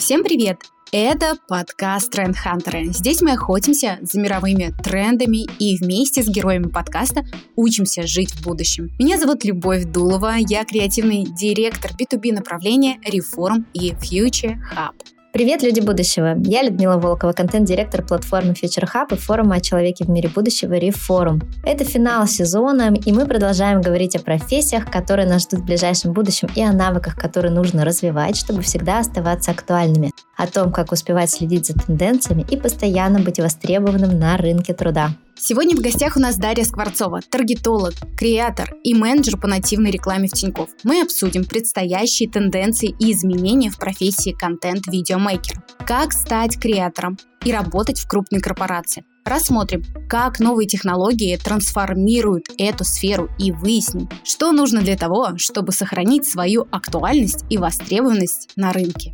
Всем привет! Это подкаст Тренд Хантеры. Здесь мы охотимся за мировыми трендами и вместе с героями подкаста учимся жить в будущем. Меня зовут Любовь Дулова, я креативный директор B2B направления Reform и Future Hub. Привет, люди будущего! Я Людмила Волкова, контент-директор платформы Future Hub и форума о человеке в мире будущего Reform. Это финал сезона, и мы продолжаем говорить о профессиях, которые нас ждут в ближайшем будущем, и о навыках, которые нужно развивать, чтобы всегда оставаться актуальными, о том, как успевать следить за тенденциями и постоянно быть востребованным на рынке труда. Сегодня в гостях у нас Дарья Скворцова, таргетолог, креатор и менеджер по нативной рекламе в Тинькофф. Мы обсудим предстоящие тенденции и изменения в профессии контент-видеомейкера. Как стать креатором и работать в крупной корпорации. Рассмотрим, как новые технологии трансформируют эту сферу и выясним, что нужно для того, чтобы сохранить свою актуальность и востребованность на рынке.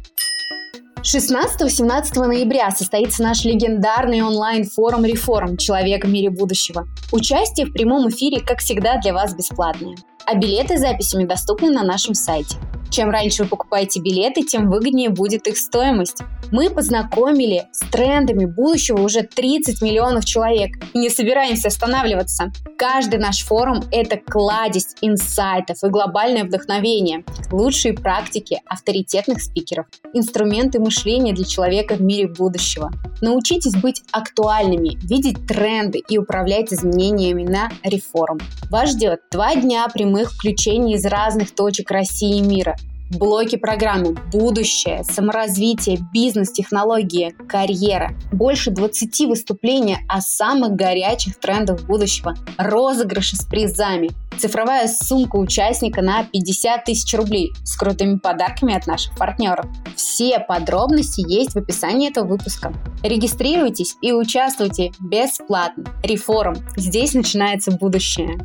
16-17 ноября состоится наш легендарный онлайн-форум Reform «Человек в мире будущего». Участие в прямом эфире, как всегда, для вас бесплатное. А билеты с записями доступны на нашем сайте. Чем раньше вы покупаете билеты, тем выгоднее будет их стоимость. Мы познакомили с трендами будущего уже 30 миллионов человек и не собираемся останавливаться. Каждый наш форум – это кладезь инсайтов и глобальное вдохновение, лучшие практики авторитетных спикеров, инструменты мышления для человека в мире будущего. Научитесь быть актуальными, видеть тренды и управлять изменениями на Reform. Вас ждет 2 дня прямых включений из разных точек России и мира. Блоки программы «Будущее», «Саморазвитие», «Бизнес», «Технологии», «Карьера». Больше 20 выступлений о самых горячих трендах будущего. Розыгрыши с призами. Цифровая сумка участника на 50 тысяч рублей с крутыми подарками от наших партнеров. Все подробности есть в описании этого выпуска. Регистрируйтесь и участвуйте бесплатно. Reform. Здесь начинается будущее.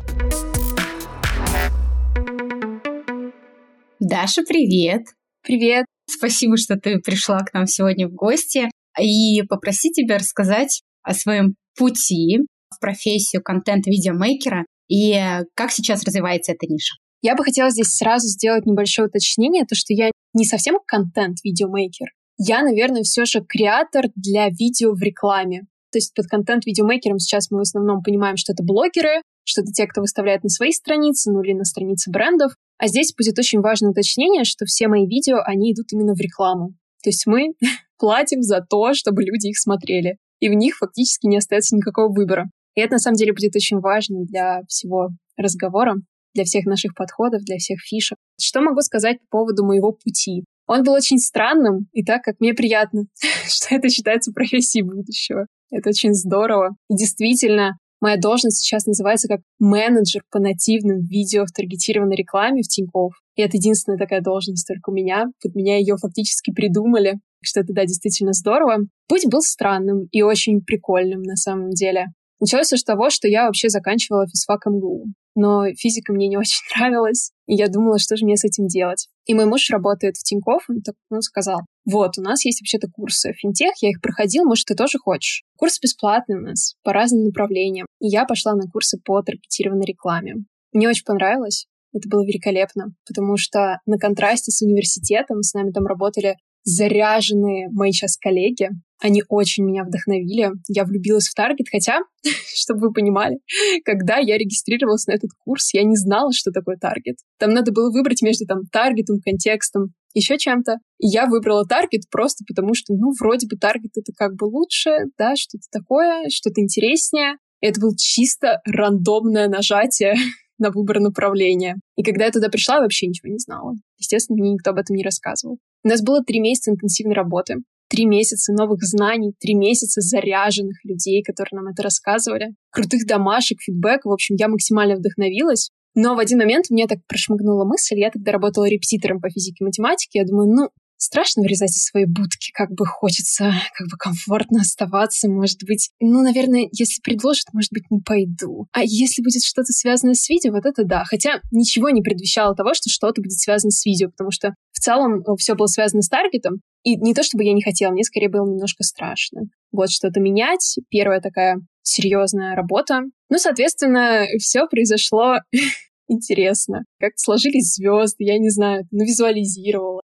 Даша, привет! Привет! Спасибо, что ты пришла к нам сегодня в гости. И попроси тебя рассказать о своем пути в профессию контент-видеомейкера и как сейчас развивается эта ниша. Я бы хотела здесь сразу сделать небольшое уточнение, то что я не совсем контент-видеомейкер. Я, наверное, все же креатор для видео в рекламе. То есть под контент-видеомейкером сейчас мы в основном понимаем, что это блогеры, что это те, кто выставляет на свои страницы, или на страницы брендов. А здесь будет очень важное уточнение, что все мои видео, они идут именно в рекламу. То есть мы платим за то, чтобы люди их смотрели. И в них фактически не остается никакого выбора. И это, на самом деле, будет очень важно для всего разговора, для всех наших подходов, для всех фишек. Что могу сказать по поводу моего пути? Он был очень странным, и так как мне приятно, что это считается профессией будущего. Это очень здорово. И действительно, моя должность сейчас называется как менеджер по нативным видео в таргетированной рекламе в Тинькофф. И это единственная такая должность только у меня. Под меня ее фактически придумали. Так что это, да, действительно здорово. Путь был странным и очень прикольным на самом деле. Началось все с того, что я вообще заканчивала физфак МГУ. Но физика мне не очень нравилась, и я думала, что же мне с этим делать. И мой муж работает в Тинькофф, он сказал: вот, у нас есть вообще-то курсы финтех, я их проходил, может, ты тоже хочешь? Курс бесплатный у нас, по разным направлениям. И я пошла на курсы по таргетированной рекламе. Мне очень понравилось, это было великолепно, потому что на контрасте с университетом с нами там работали заряженные мои сейчас коллеги. Они очень меня вдохновили. Я влюбилась в таргет, хотя, чтобы вы понимали, когда я регистрировалась на этот курс, я не знала, что такое таргет. Там надо было выбрать между таргетом, контекстом, еще чем-то. И я выбрала таргет просто потому, что, вроде бы таргет — это как бы лучше, да, что-то такое, что-то интереснее. И это было чисто рандомное нажатие на выбор направления. И когда я туда пришла, я вообще ничего не знала. Естественно, мне никто об этом не рассказывал. У нас было 3 месяца интенсивной работы, 3 месяца новых знаний, 3 месяца заряженных людей, которые нам это рассказывали, крутых домашек, фидбэка. В общем, я максимально вдохновилась. Но в один момент мне так прошмыгнула мысль, я тогда работала репетитором по физике и математике, я думаю, страшно вырезать из своей будки, как бы хочется, как бы комфортно оставаться, может быть. Наверное, если предложат, может быть, не пойду. А если будет что-то связанное с видео, вот это да. Хотя ничего не предвещало того, что что-то будет связано с видео, потому что в целом все было связано с таргетом. И не то, чтобы я не хотела, мне скорее было немножко страшно. Вот что-то менять. Первая такая серьезная работа. Соответственно, все произошло интересно. Как сложились звезды, я не знаю, визуализировала.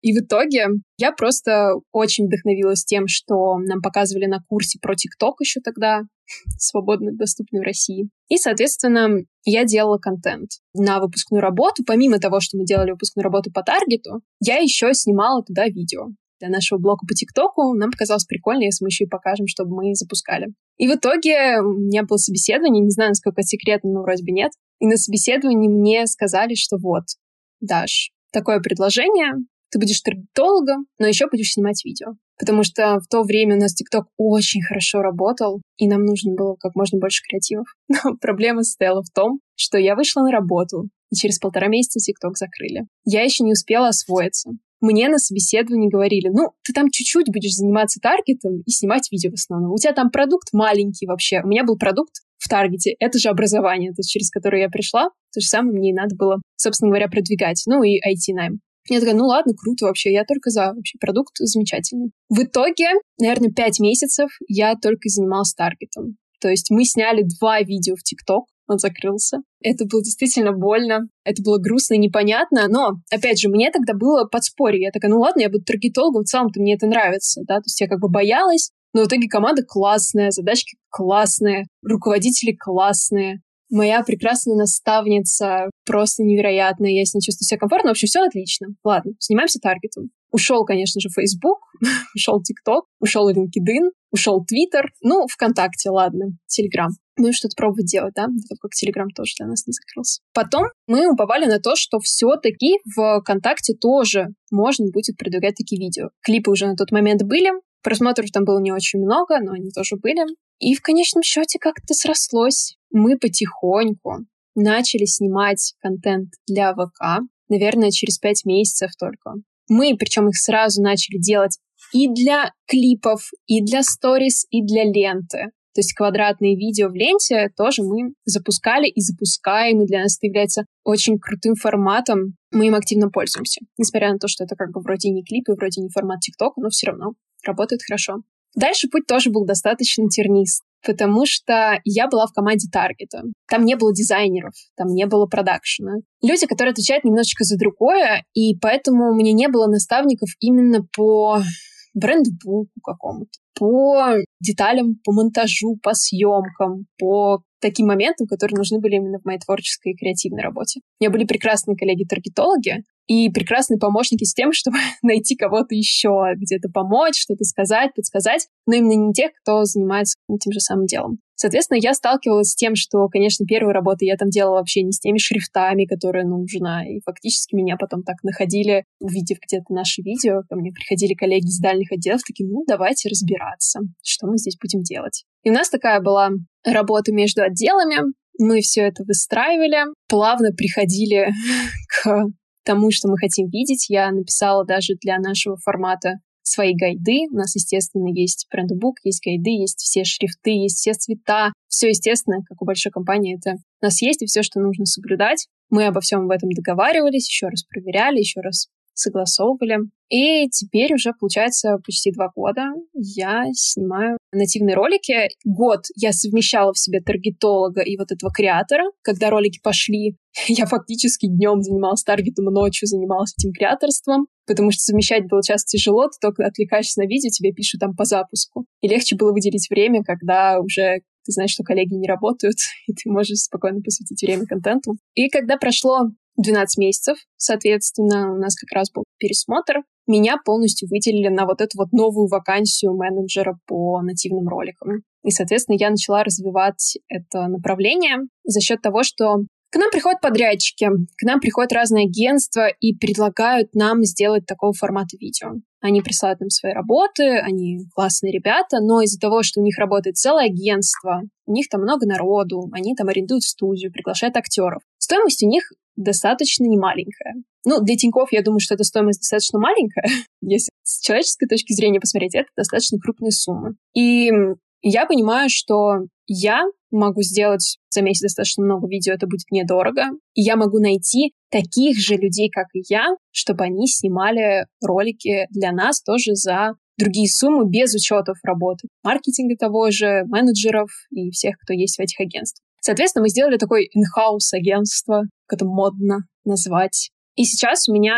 И в итоге я просто очень вдохновилась тем, что нам показывали на курсе про ТикТок еще тогда, свободно доступный в России. И, соответственно, я делала контент на выпускную работу. Помимо того, что мы делали выпускную работу по таргету, я еще снимала туда видео. Для нашего блога по ТикТоку нам показалось прикольно, если мы еще и покажем, чтобы мы запускали. И в итоге у меня было собеседование, не знаю, насколько это секретно, но вроде бы нет. И на собеседовании мне сказали, что вот, Даш, такое предложение, ты будешь таргетологом, но еще будешь снимать видео. Потому что в то время у нас ТикТок очень хорошо работал, и нам нужно было как можно больше креативов. Но проблема состояла в том, что я вышла на работу, и через 1,5 месяца ТикТок закрыли. Я еще не успела освоиться. Мне на собеседовании говорили, ты там чуть-чуть будешь заниматься таргетом и снимать видео в основном. У тебя там продукт маленький вообще. У меня был продукт в таргете. Это же образование, то, через которое я пришла. То же самое мне и надо было, собственно говоря, продвигать. И IT-найм. Я такая, ладно, круто вообще, я только за, вообще продукт замечательный. В итоге, наверное, 5 месяцев я только занималась таргетом. То есть мы сняли 2 видео в ТикТок, он закрылся. Это было действительно больно, это было грустно и непонятно, но, опять же, мне тогда было подспорье. Я такая, ладно, я буду таргетологом, в целом-то мне это нравится, да, то есть я как бы боялась, но в итоге команда классная, задачки классные, руководители классные. Моя прекрасная наставница просто невероятная, я с ней чувствую себя комфортно. В общем, все отлично. Ладно, занимаемся таргетом. Ушел, конечно же, Facebook, ушел TikTok, ушел LinkedIn, ушел Twitter, ВКонтакте, ладно, Telegram. Что-то пробовать делать, да, до того, как Telegram тоже для нас не закрылся. Потом мы уповали на то, что все-таки в ВКонтакте тоже можно будет продвигать такие видео. Клипы уже на тот момент были, просмотров там было не очень много, но они тоже были. И в конечном счете как-то срослось. Мы потихоньку начали снимать контент для ВК, наверное, через 5 месяцев только. Мы, причем их сразу начали делать и для клипов, и для сторис, и для ленты. То есть квадратные видео в ленте тоже мы запускали и запускаем, и для нас это является очень крутым форматом. Мы им активно пользуемся. Несмотря на то, что это как бы вроде не клипы, вроде не формат ТикТока, но все равно работает хорошо. Дальше путь тоже был достаточно тернист, потому что я была в команде таргета. Там не было дизайнеров, там не было продакшена. Люди, которые отвечают немножечко за другое, и поэтому у меня не было наставников именно по брендбуку какому-то, по деталям, по монтажу, по съемкам, по таким моментам, которые нужны были именно в моей творческой и креативной работе. У меня были прекрасные коллеги-таргетологи и прекрасные помощники с тем, чтобы найти кого-то еще, где-то помочь, что-то сказать, подсказать, но именно не тех, кто занимается тем же самым делом. Соответственно, я сталкивалась с тем, что, конечно, первую работу я там делала вообще не с теми шрифтами, которые нужна, и фактически меня потом так находили, увидев где-то наши видео, ко мне приходили коллеги из дальних отделов, такие, давайте разбираться, что мы здесь будем делать. И у нас такая была работа между отделами, мы все это выстраивали, плавно приходили к тому, что мы хотим видеть. Я написала даже для нашего формата свои гайды. У нас, естественно, есть брендбук, есть гайды, есть все шрифты, есть все цвета. Все, естественно, как у большой компании, это у нас есть, и все, что нужно соблюдать. Мы обо всем в этом договаривались, еще раз проверяли, еще раз согласовывали. И теперь уже, получается, почти 2 года я снимаю нативные ролики. Год я совмещала в себе таргетолога и вот этого креатора. Когда ролики пошли, я фактически днем занималась таргетом, и ночью занималась этим креаторством, потому что совмещать было часто тяжело, ты только отвлекаешься на видео, тебе пишут там по запуску. И легче было выделить время, когда уже ты знаешь, что коллеги не работают, и ты можешь спокойно посвятить время контенту. И когда прошло 12 месяцев, соответственно, у нас как раз был пересмотр, меня полностью выделили на вот эту вот новую вакансию менеджера по нативным роликам. И, соответственно, я начала развивать это направление за счет того, что к нам приходят подрядчики, к нам приходят разные агентства и предлагают нам сделать такого формата видео. Они присылают нам свои работы, они классные ребята, но из-за того, что у них работает целое агентство, у них там много народу, они там арендуют студию, приглашают актеров. Стоимость у них достаточно немаленькая. Для Тинькофф, я думаю, что эта стоимость достаточно маленькая. Если с человеческой точки зрения посмотреть, это достаточно крупные суммы. И я понимаю, что я могу сделать за месяц достаточно много видео, это будет недорого. И я могу найти таких же людей, как и я, чтобы они снимали ролики для нас тоже за другие суммы, без учетов работы маркетинга того же, менеджеров и всех, кто есть в этих агентствах. Соответственно, мы сделали такое in-house агентство, как это модно назвать. И сейчас у меня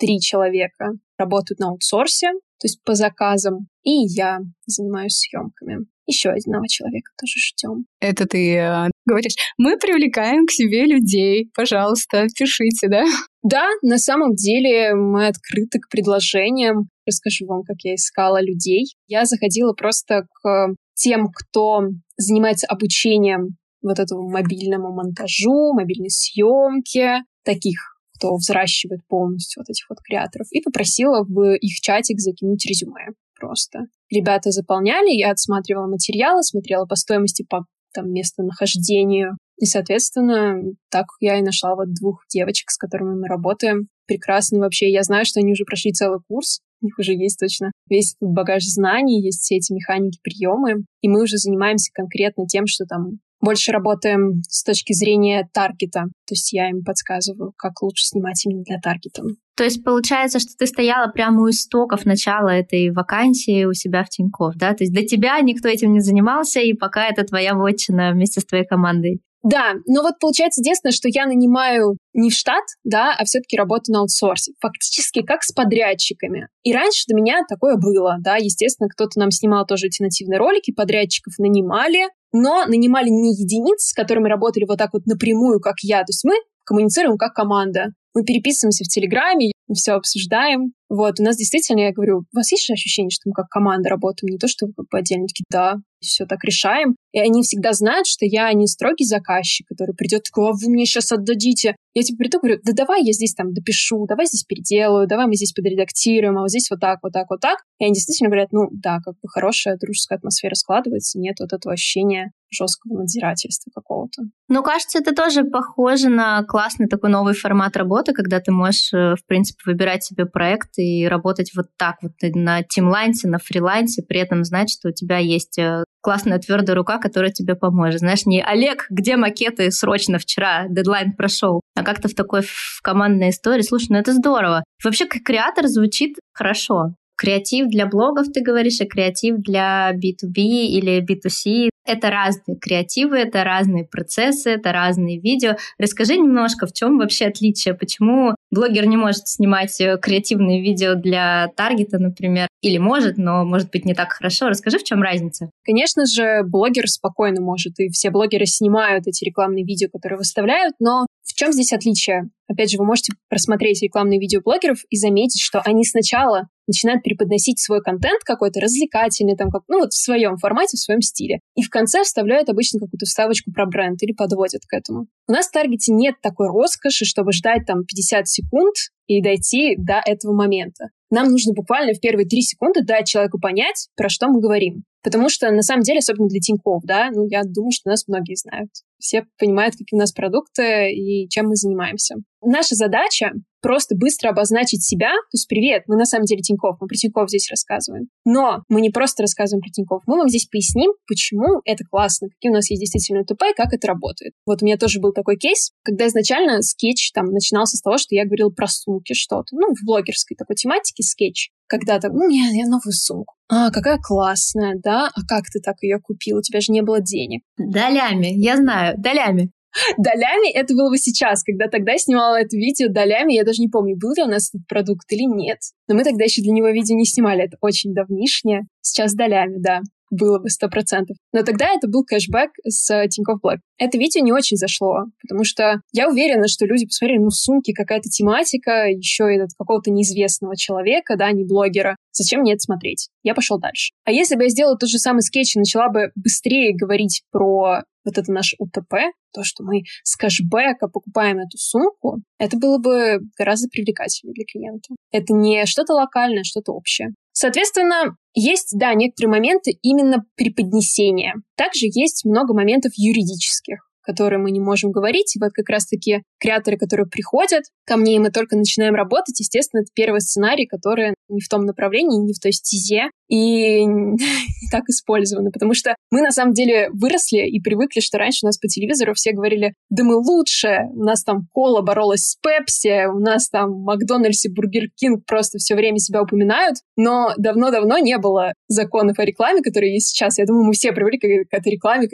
3 человека работают на аутсорсе, то есть по заказам, и я занимаюсь съемками. Еще одного человека тоже ждем. Это ты говоришь, мы привлекаем к себе людей, пожалуйста, пишите, да? Да, на самом деле мы открыты к предложениям. Расскажу вам, как я искала людей. Я заходила просто к тем, кто занимается обучением вот этому мобильному монтажу, мобильной съемке, таких, кто взращивает полностью вот этих вот креаторов, и попросила в их чатик закинуть резюме просто. Ребята заполняли, я отсматривала материалы, смотрела по стоимости, по там, местонахождению. И, соответственно, так я и нашла вот 2 девочек, с которыми мы работаем. Прекрасно вообще. Я знаю, что они уже прошли целый курс. У них уже есть точно весь этот багаж знаний, есть все эти механики, приемы. И мы уже занимаемся конкретно тем, что там больше работаем с точки зрения таргета. То есть я им подсказываю, как лучше снимать именно для таргета. То есть получается, что ты стояла прямо у истоков начала этой вакансии у себя в Тинькофф, да? То есть до тебя никто этим не занимался, и пока это твоя вотчина вместе с твоей командой. Да, но вот получается единственное, что я нанимаю не в штат, да, а все-таки работаю на аутсорсе. Фактически как с подрядчиками. И раньше до меня такое было, да. Естественно, кто-то нам снимал тоже эти нативные ролики, подрядчиков нанимали, но нанимали не единиц, с которыми работали вот так вот напрямую, как я. То есть мы коммуницируем как команда. Мы переписываемся в Телеграме, мы все обсуждаем. Вот, у нас действительно, я говорю, у вас есть же ощущение, что мы как команда работаем, не то, что вы как бы отдельно? Такие, да, все так решаем. И они всегда знают, что я не строгий заказчик, который придет такой, а вы мне сейчас отдадите. Я типа приду, говорю, да давай я здесь там допишу, давай здесь переделаю, давай мы здесь подредактируем, а вот здесь вот так, вот так, вот так. И они действительно говорят, ну да, как бы хорошая дружеская атмосфера складывается, нет вот этого ощущения жесткого надзирательства какого-то. Ну, кажется, это тоже похоже на классный такой новый формат работы, когда ты можешь, в принципе, выбирать себе проект и работать вот так вот на тимлайнсе, на фрилансе, при этом знать, что у тебя есть классная твердая рука, которая тебе поможет. Знаешь, не «Олег, где макеты срочно вчера? Дедлайн прошел». А как-то в такой командной истории. Слушай, ну это здорово. Вообще, как креатор звучит хорошо. Креатив для блогов, ты говоришь, а креатив для B2B или B2C. Это разные креативы, это разные процессы, это разные видео. Расскажи немножко, в чем вообще отличие? Почему блогер не может снимать креативные видео для таргета, например? Или может, но может быть не так хорошо. Расскажи, в чем разница? Конечно же, блогер спокойно может, и все блогеры снимают эти рекламные видео, которые выставляют, но в чем здесь отличие? Опять же, вы можете просмотреть рекламные видео блогеров и заметить, что они сначала начинают преподносить свой контент какой-то развлекательный, там, как, ну вот в своем формате, в своем стиле. И в конце вставляют обычно какую-то вставочку про бренд или подводят к этому. У нас в таргете нет такой роскоши, чтобы ждать там 50 секунд и дойти до этого момента. Нам нужно буквально в первые 3 секунды дать человеку понять, про что мы говорим. Потому что, на самом деле, особенно для Тинькофф, да, ну, я думаю, что нас многие знают. Все понимают, какие у нас продукты и чем мы занимаемся. Наша задача просто быстро обозначить себя. То есть, привет, мы на самом деле Тинькофф, мы про Тинькофф здесь рассказываем. Но мы не просто рассказываем про Тинькофф, мы вам здесь поясним, почему это классно, какие у нас есть действительно ТП и как это работает. Вот у меня тоже был такой кейс, когда изначально скетч там начинался с того, что я говорила про сумки что-то. Ну, в блогерской такой тематике скетч. Когда-то, ну, я новую сумку. А, какая классная, да? А как ты так ее купил? У тебя же не было денег. Долями, я знаю, долями. Долями это было бы сейчас, когда тогда снимала это видео долями, я даже не помню, был ли у нас этот продукт или нет. Но мы тогда еще для него видео не снимали, это очень давнишнее. Сейчас долями, да, было бы 100%. Но тогда это был кэшбэк с Тинькофф Блэк. Это видео не очень зашло, потому что я уверена, что люди посмотрели, ну, сумки, какая-то тематика, еще и от какого-то неизвестного человека, да, не блогера. Зачем мне это смотреть? Я пошел дальше. А если бы я сделала тот же самый скетч и начала бы быстрее говорить про вот это наш УТП, то, что мы с кэшбэка покупаем эту сумку, это было бы гораздо привлекательнее для клиента. Это не что-то локальное, что-то общее. Соответственно, есть, да, некоторые моменты именно преподнесения. Также есть много моментов юридических, которые мы не можем говорить. И вот как раз-таки креаторы, которые приходят ко мне, и мы только начинаем работать, естественно, это первый сценарий, который не в том направлении, не в той стезе и не так использованы. Потому что мы, на самом деле, выросли и привыкли, что раньше у нас по телевизору все говорили, да мы лучше, у нас там кола боролась с Пепси, у нас там Макдональдс и Бургер Кинг просто все время себя упоминают, но давно-давно не было законов о рекламе, которые есть сейчас. Я думаю, мы все привыкли к этой рекламе, когда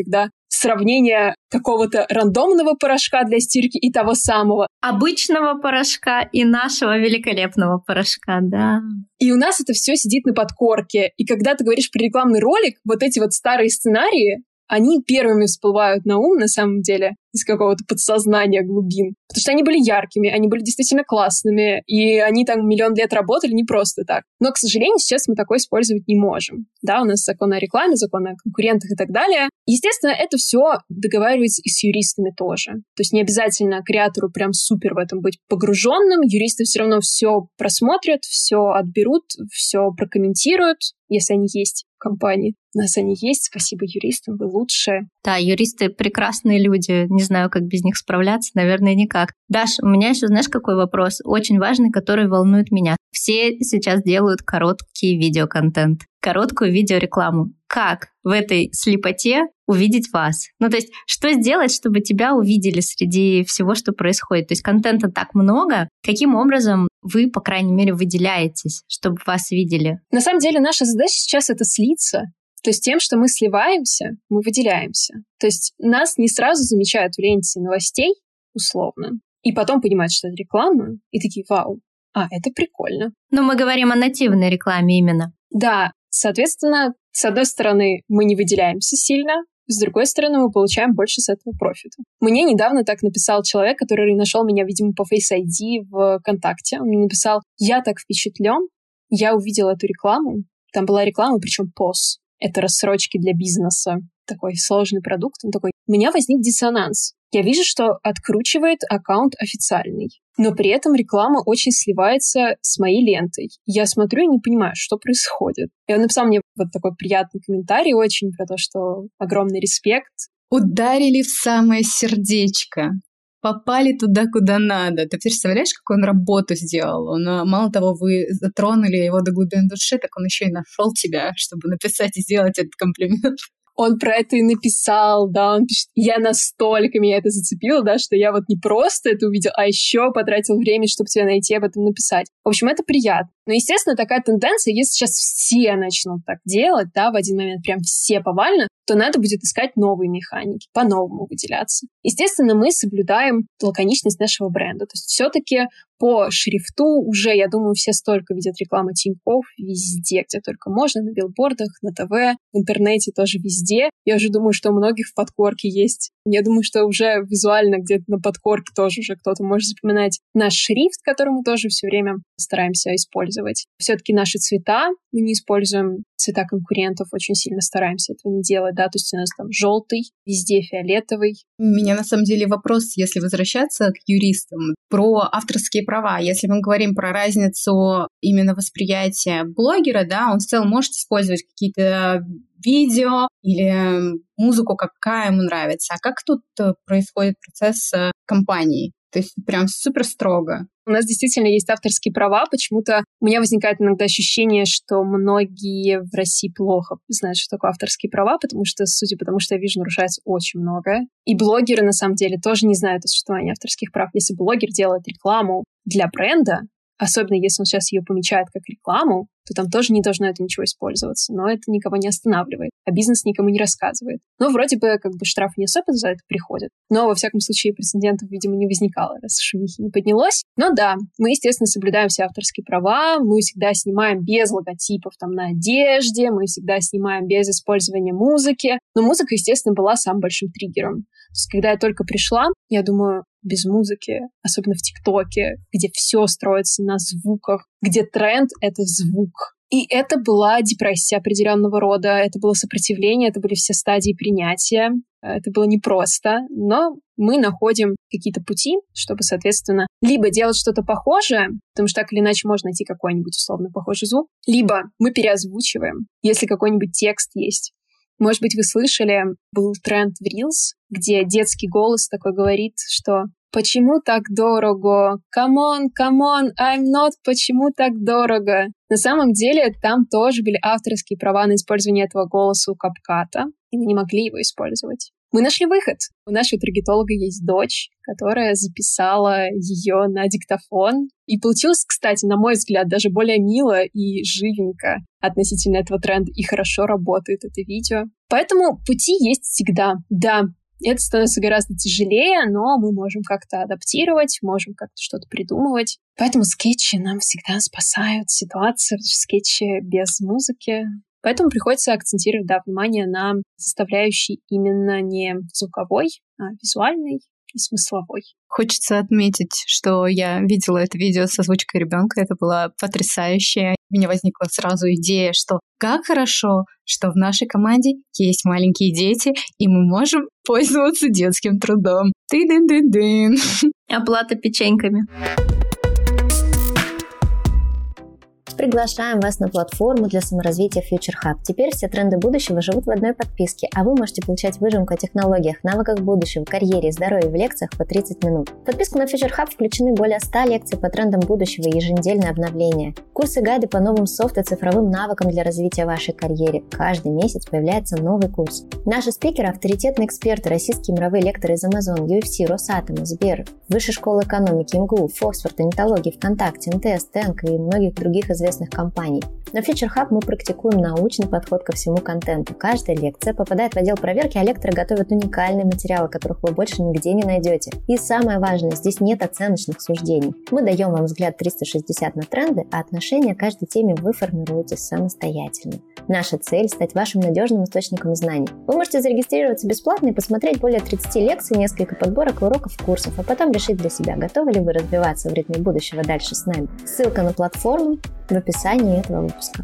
сравнение какого-то рандомного порошка для стирки и того самого. Обычного порошка и нашего великолепного порошка, да. И у нас это все сидит на подкорке. И когда ты говоришь про рекламный ролик, вот эти вот старые сценарии, они первыми всплывают на ум, на самом деле, из какого-то подсознания глубин. Потому что они были яркими, они были действительно классными, и они там миллион лет работали не просто так. Но, к сожалению, сейчас мы такое использовать не можем. Да, у нас закон о рекламе, закон о конкурентах и так далее. Естественно, это все договаривается и с юристами тоже. То есть не обязательно креатору прям супер в этом быть погруженным. Юристы все равно все просмотрят, все отберут, все прокомментируют, если они есть в компании. У нас они есть, спасибо юристам, вы лучшие. Да, юристы прекрасные люди, не знаю, как без них справляться, наверное, никак. Даш, у меня еще, знаешь, какой вопрос, очень важный, который волнует меня. Все сейчас делают короткий видеоконтент, короткую видеорекламу. Как в этой слепоте увидеть вас? Ну, то есть, что сделать, чтобы тебя увидели среди всего, что происходит? То есть, контента так много. Каким образом вы, по крайней мере, выделяетесь, чтобы вас видели? На самом деле, наша задача сейчас — это слиться. То есть тем, что мы сливаемся, мы выделяемся. То есть нас не сразу замечают в ленте новостей, условно, и потом понимают, что это реклама, и такие: вау, это прикольно. Но мы говорим о нативной рекламе именно. Да, соответственно, с одной стороны, мы не выделяемся сильно, с другой стороны, мы получаем больше с этого профита. Мне недавно так написал человек, который нашел меня, видимо, по Face ID в ВКонтакте. Он мне написал: я так впечатлен, я увидел эту рекламу. Там была реклама, причем POS. Это рассрочки для бизнеса. Такой сложный продукт. Он такой: у меня возник диссонанс. Я вижу, что откручивает аккаунт официальный, но при этом реклама очень сливается с моей лентой. Я смотрю и не понимаю, что происходит. И он написал мне вот такой приятный комментарий очень про то, что огромный респект. Ударили в самое сердечко. Попали туда, куда надо. Ты представляешь, какую он работу сделал? Он, мало того, вы затронули его до глубины души, так он еще и нашел тебя, чтобы написать и сделать этот комплимент. Он про это и написал, да, он пишет: меня это зацепило, да, что я вот не просто это увидел, а еще потратил время, чтобы тебя найти, об этом написать. В общем, это приятно. Но, естественно, такая тенденция, если сейчас все начнут так делать, да, в один момент прям все повально, то надо будет искать новые механики, по-новому выделяться. Естественно, мы соблюдаем лаконичность нашего бренда. То есть все-таки по шрифту уже, я думаю, все столько видят рекламу Тинькофф везде, где только можно, на билбордах, на ТВ, в интернете тоже везде. Я уже думаю, что у многих в подкорке есть. Я думаю, что уже визуально где-то на подкорке тоже уже кто-то может запоминать наш шрифт, который мы тоже все время стараемся использовать. Все-таки наши цвета, мы не используем цвета конкурентов, очень сильно стараемся этого не делать, да, то есть у нас там желтый, везде фиолетовый. У меня на самом деле вопрос, если возвращаться к юристам, про авторские права. Если мы говорим про разницу именно восприятия блогера, да, он в целом может использовать какие-то видео или музыку, какая ему нравится. А как тут происходит процесс компании? То есть прям супер строго. У нас действительно есть авторские права. Почему-то у меня возникает иногда ощущение, что многие в России плохо знают, что такое авторские права, потому что, судя по тому, что я вижу, нарушается очень многое. И блогеры, на самом деле, тоже не знают о существовании авторских прав. Если блогер делает рекламу для бренда, особенно если он сейчас ее помечает как рекламу, то там тоже не должно это ничего использоваться. Но это никого не останавливает, а бизнес никому не рассказывает. Но вроде бы как бы штраф не особо за это приходит. Но, во всяком случае, прецедентов, видимо, не возникало, раз шумихи не поднялось. Но да, мы, естественно, соблюдаем все авторские права, мы всегда снимаем без логотипов там на одежде, мы всегда снимаем без использования музыки. Но музыка, естественно, была самым большим триггером. То есть, когда я только пришла, я думаю, без музыки, особенно в ТикТоке, где все строится на звуках, где тренд — это звук. И это была депрессия определенного рода, это было сопротивление, это были все стадии принятия. Это было непросто, но мы находим какие-то пути, чтобы, соответственно, либо делать что-то похожее, потому что так или иначе можно найти какой-нибудь условно похожий звук, либо мы переозвучиваем, если какой-нибудь текст есть. Может быть, вы слышали, был тренд в Reels, где детский голос такой говорит, что «Почему так дорого? Come on, I'm not, почему так дорого?» На самом деле, там тоже были авторские права на использование этого голоса у CapCut, и мы не могли его использовать. Мы нашли выход. У нашего таргетолога есть дочь, которая записала ее на диктофон. И получилось, кстати, на мой взгляд, даже более мило и живенько относительно этого тренда. И хорошо работает это видео. Поэтому пути есть всегда. Да, это становится гораздо тяжелее, но мы можем как-то адаптировать, можем как-то что-то придумывать. Поэтому скетчи нам всегда спасают ситуацию, потому что скетчи без музыки. Поэтому приходится акцентировать, внимание на составляющей именно не звуковой, а визуальной и смысловой. Хочется отметить, что я видела это видео с озвучкой ребенка. Это было потрясающе. У меня возникла сразу идея, что как хорошо, что в нашей команде есть маленькие дети, и мы можем пользоваться детским трудом. Ты-дын-дын-дын. Оплата печеньками. Приглашаем вас на платформу для саморазвития Future Hub. Теперь все тренды будущего живут в одной подписке, а вы можете получать выжимку о технологиях, навыках будущего, карьере и здоровье в лекциях по 30 минут. В подписку на Future Hub включены более 100 лекций по трендам будущего и еженедельное обновление. Курсы, гайды по новым софт и цифровым навыкам для развития вашей карьеры. Каждый месяц появляется новый курс. Наши спикеры – авторитетные эксперты, российские мировые лекторы из Amazon, UFC, Росатома, Сбер, Высшей школы экономики, МГУ, Фоксфорд, Интологии, ВКонтакте, МТС, ТЭНК и многих других известных компаний. На Future Hub мы практикуем научный подход ко всему контенту. Каждая лекция попадает в отдел проверки, а лекторы готовят уникальные материалы, которых вы больше нигде не найдете. И самое важное, здесь нет оценочных суждений. Мы даем вам взгляд 360 на тренды, а отношение к каждой теме вы формируете самостоятельно. Наша цель – стать вашим надежным источником знаний. Вы можете зарегистрироваться бесплатно и посмотреть более 30 лекций, несколько подборок уроков, курсов, а потом решить для себя, готовы ли вы развиваться в ритме будущего дальше с нами. Ссылка на платформу в описании этого выпуска.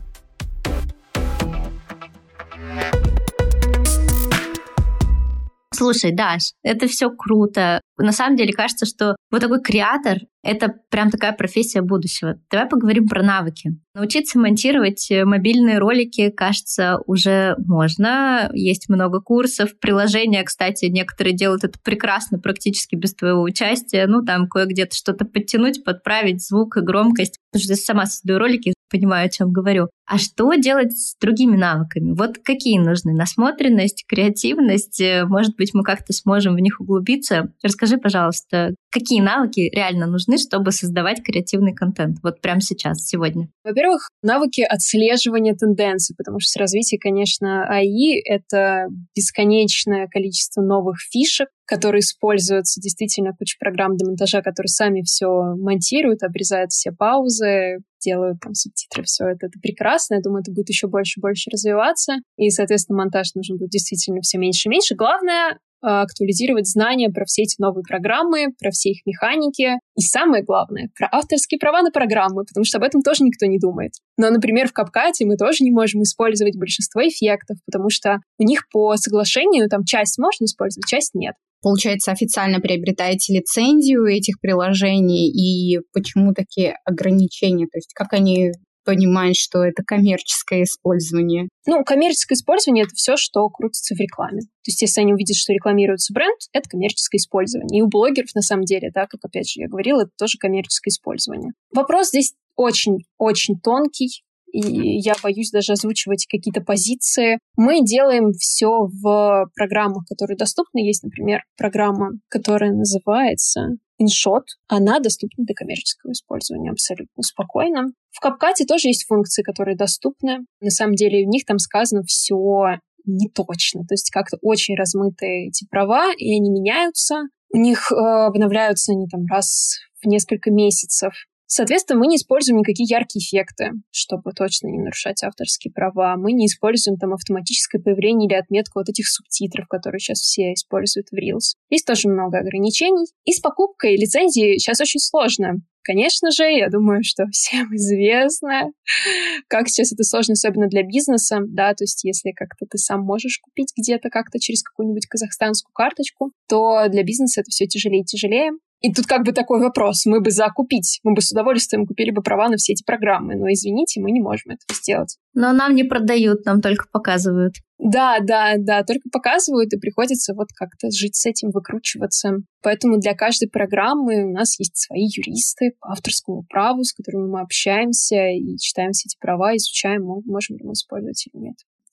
Слушай, Даш, это все круто. На самом деле кажется, что вот такой креатор — это прям такая профессия будущего. Давай поговорим про навыки. Научиться монтировать мобильные ролики, кажется, уже можно. Есть много курсов. Приложения, кстати, некоторые делают это прекрасно, практически без твоего участия. Там кое-где-то что-то подтянуть, подправить звук и громкость. Потому что я сама создаю ролики, понимаю, о чем говорю. А что делать с другими навыками? Вот какие нужны? Насмотренность, креативность? Может быть, мы как-то сможем в них углубиться? Расскажи, пожалуйста, какие навыки реально нужны, чтобы создавать креативный контент? Вот прямо сейчас, сегодня. Во-первых, навыки отслеживания тенденций, потому что с развитием, конечно, АИ — это бесконечное количество новых фишек, которые используются действительно куча программ для монтажа, которые сами все монтируют, обрезают все паузы, делают там субтитры, все это прекрасно. Я думаю, это будет еще больше и больше развиваться. И, соответственно, монтаж нужен будет действительно все меньше и меньше. Главное — актуализировать знания про все эти новые программы, про все их механики. И самое главное — про авторские права на программы, потому что об этом тоже никто не думает. Но, например, в CapCut мы тоже не можем использовать большинство эффектов, потому что у них по соглашению там часть можно использовать, часть нет. Получается, официально приобретаете лицензию этих приложений, и почему такие ограничения? То есть как они понимают, что это коммерческое использование? Коммерческое использование — это все, что крутится в рекламе. То есть если они увидят, что рекламируется бренд, это коммерческое использование. И у блогеров, на самом деле, как опять же я говорила, это тоже коммерческое использование. Вопрос здесь очень-очень тонкий, и я боюсь даже озвучивать какие-то позиции. Мы делаем все в программах, которые доступны. Есть, например, программа, которая называется InShot. Она доступна для коммерческого использования абсолютно спокойно. В CapCut тоже есть функции, которые доступны. На самом деле у них там сказано все не точно. То есть как-то очень размыты эти права, и они меняются. У них обновляются они там раз в несколько месяцев. Соответственно, мы не используем никакие яркие эффекты, чтобы точно не нарушать авторские права. Мы не используем там автоматическое появление или отметку вот этих субтитров, которые сейчас все используют в Reels. Есть тоже много ограничений. И с покупкой лицензии сейчас очень сложно. Конечно же, я думаю, что всем известно, как сейчас это сложно, особенно для бизнеса, то есть если как-то ты сам можешь купить где-то как-то через какую-нибудь казахстанскую карточку, то для бизнеса это все тяжелее и тяжелее. И тут такой вопрос. Мы бы мы бы с удовольствием купили бы права на все эти программы, но, извините, мы не можем этого сделать. Но нам не продают, нам только показывают. Да, только показывают, и приходится как-то жить с этим, выкручиваться. Поэтому для каждой программы у нас есть свои юристы по авторскому праву, с которыми мы общаемся и читаем все эти права, изучаем, можем ли мы использовать или нет.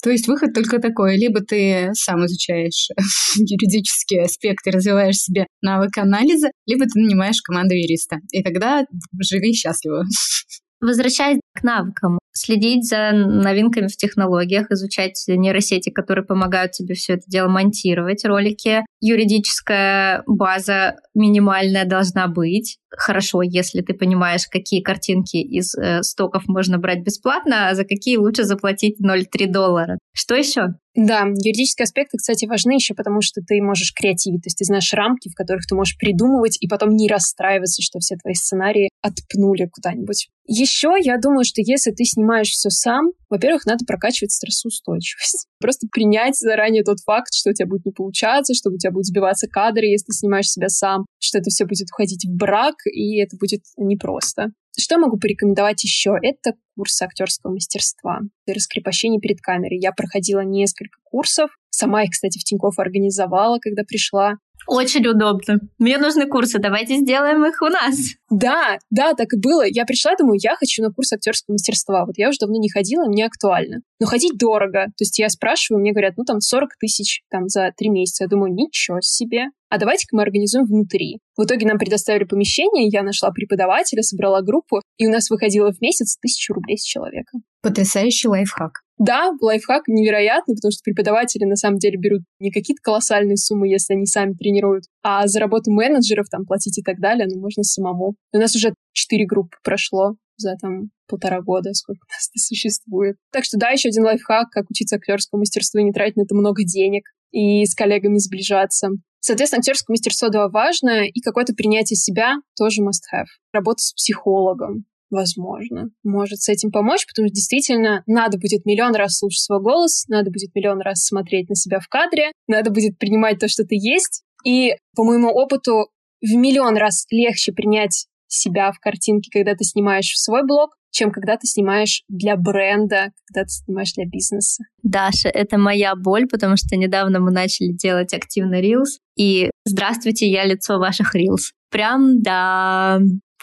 То есть выход только такой. Либо ты сам изучаешь юридические аспекты, развиваешь себе навык анализа, либо ты нанимаешь команду юриста. И тогда живи счастливо. Возвращаясь к навыкам, следить за новинками в технологиях, изучать нейросети, которые помогают тебе все это дело монтировать, ролики. Юридическая база минимальная должна быть. Хорошо, если ты понимаешь, какие картинки из стоков можно брать бесплатно, а за какие лучше заплатить $0.3. Что еще? Да, юридические аспекты, кстати, важны еще потому, что ты можешь креативить, то есть ты знаешь рамки, в которых ты можешь придумывать и потом не расстраиваться, что все твои сценарии отпнули куда-нибудь. Еще я думаю, что если ты снимаешь все сам, во-первых, надо прокачивать стрессоустойчивость. Просто принять заранее тот факт, что у тебя будет не получаться, что у тебя будут сбиваться кадры, если ты снимаешь себя сам, что это все будет уходить в брак, и это будет непросто. Что могу порекомендовать еще? Это курсы актерского мастерства и раскрепощение перед камерой. Я проходила несколько курсов. Сама их, кстати, в Тинькофф организовала, когда пришла. Очень удобно. Мне нужны курсы, давайте сделаем их у нас. Да, так и было. Я пришла, думаю, я хочу на курс актерского мастерства. Вот я уже давно не ходила, мне актуально. Но ходить дорого. То есть я спрашиваю, мне говорят, 40 тысяч за 3 месяца. Я думаю, ничего себе. А давайте-ка мы организуем внутри. В итоге нам предоставили помещение, я нашла преподавателя, собрала группу, и у нас выходило в месяц 1000 рублей с человека. Потрясающий лайфхак. Да, лайфхак невероятный, потому что преподаватели на самом деле берут не какие-то колоссальные суммы, если они сами тренируют, а за работу менеджеров платить и так далее, можно самому. У нас уже 4 группы прошло за 1,5 года, сколько у нас это существует. Так что да, еще один лайфхак, как учиться актерскому мастерству и не тратить на это много денег, и с коллегами сближаться. Соответственно, актерское мастерство, да, важно, и какое-то принятие себя тоже must have. Работа с психологом, возможно, может с этим помочь, потому что действительно надо будет миллион раз слушать свой голос, надо будет миллион раз смотреть на себя в кадре, надо будет принимать то, что ты есть. И по моему опыту в миллион раз легче принять себя в картинке, когда ты снимаешь в свой блог, чем когда ты снимаешь для бренда, когда ты снимаешь для бизнеса. Даша, это моя боль, потому что недавно мы начали делать активно Reels, и здравствуйте, я лицо ваших Reels. Прям, да,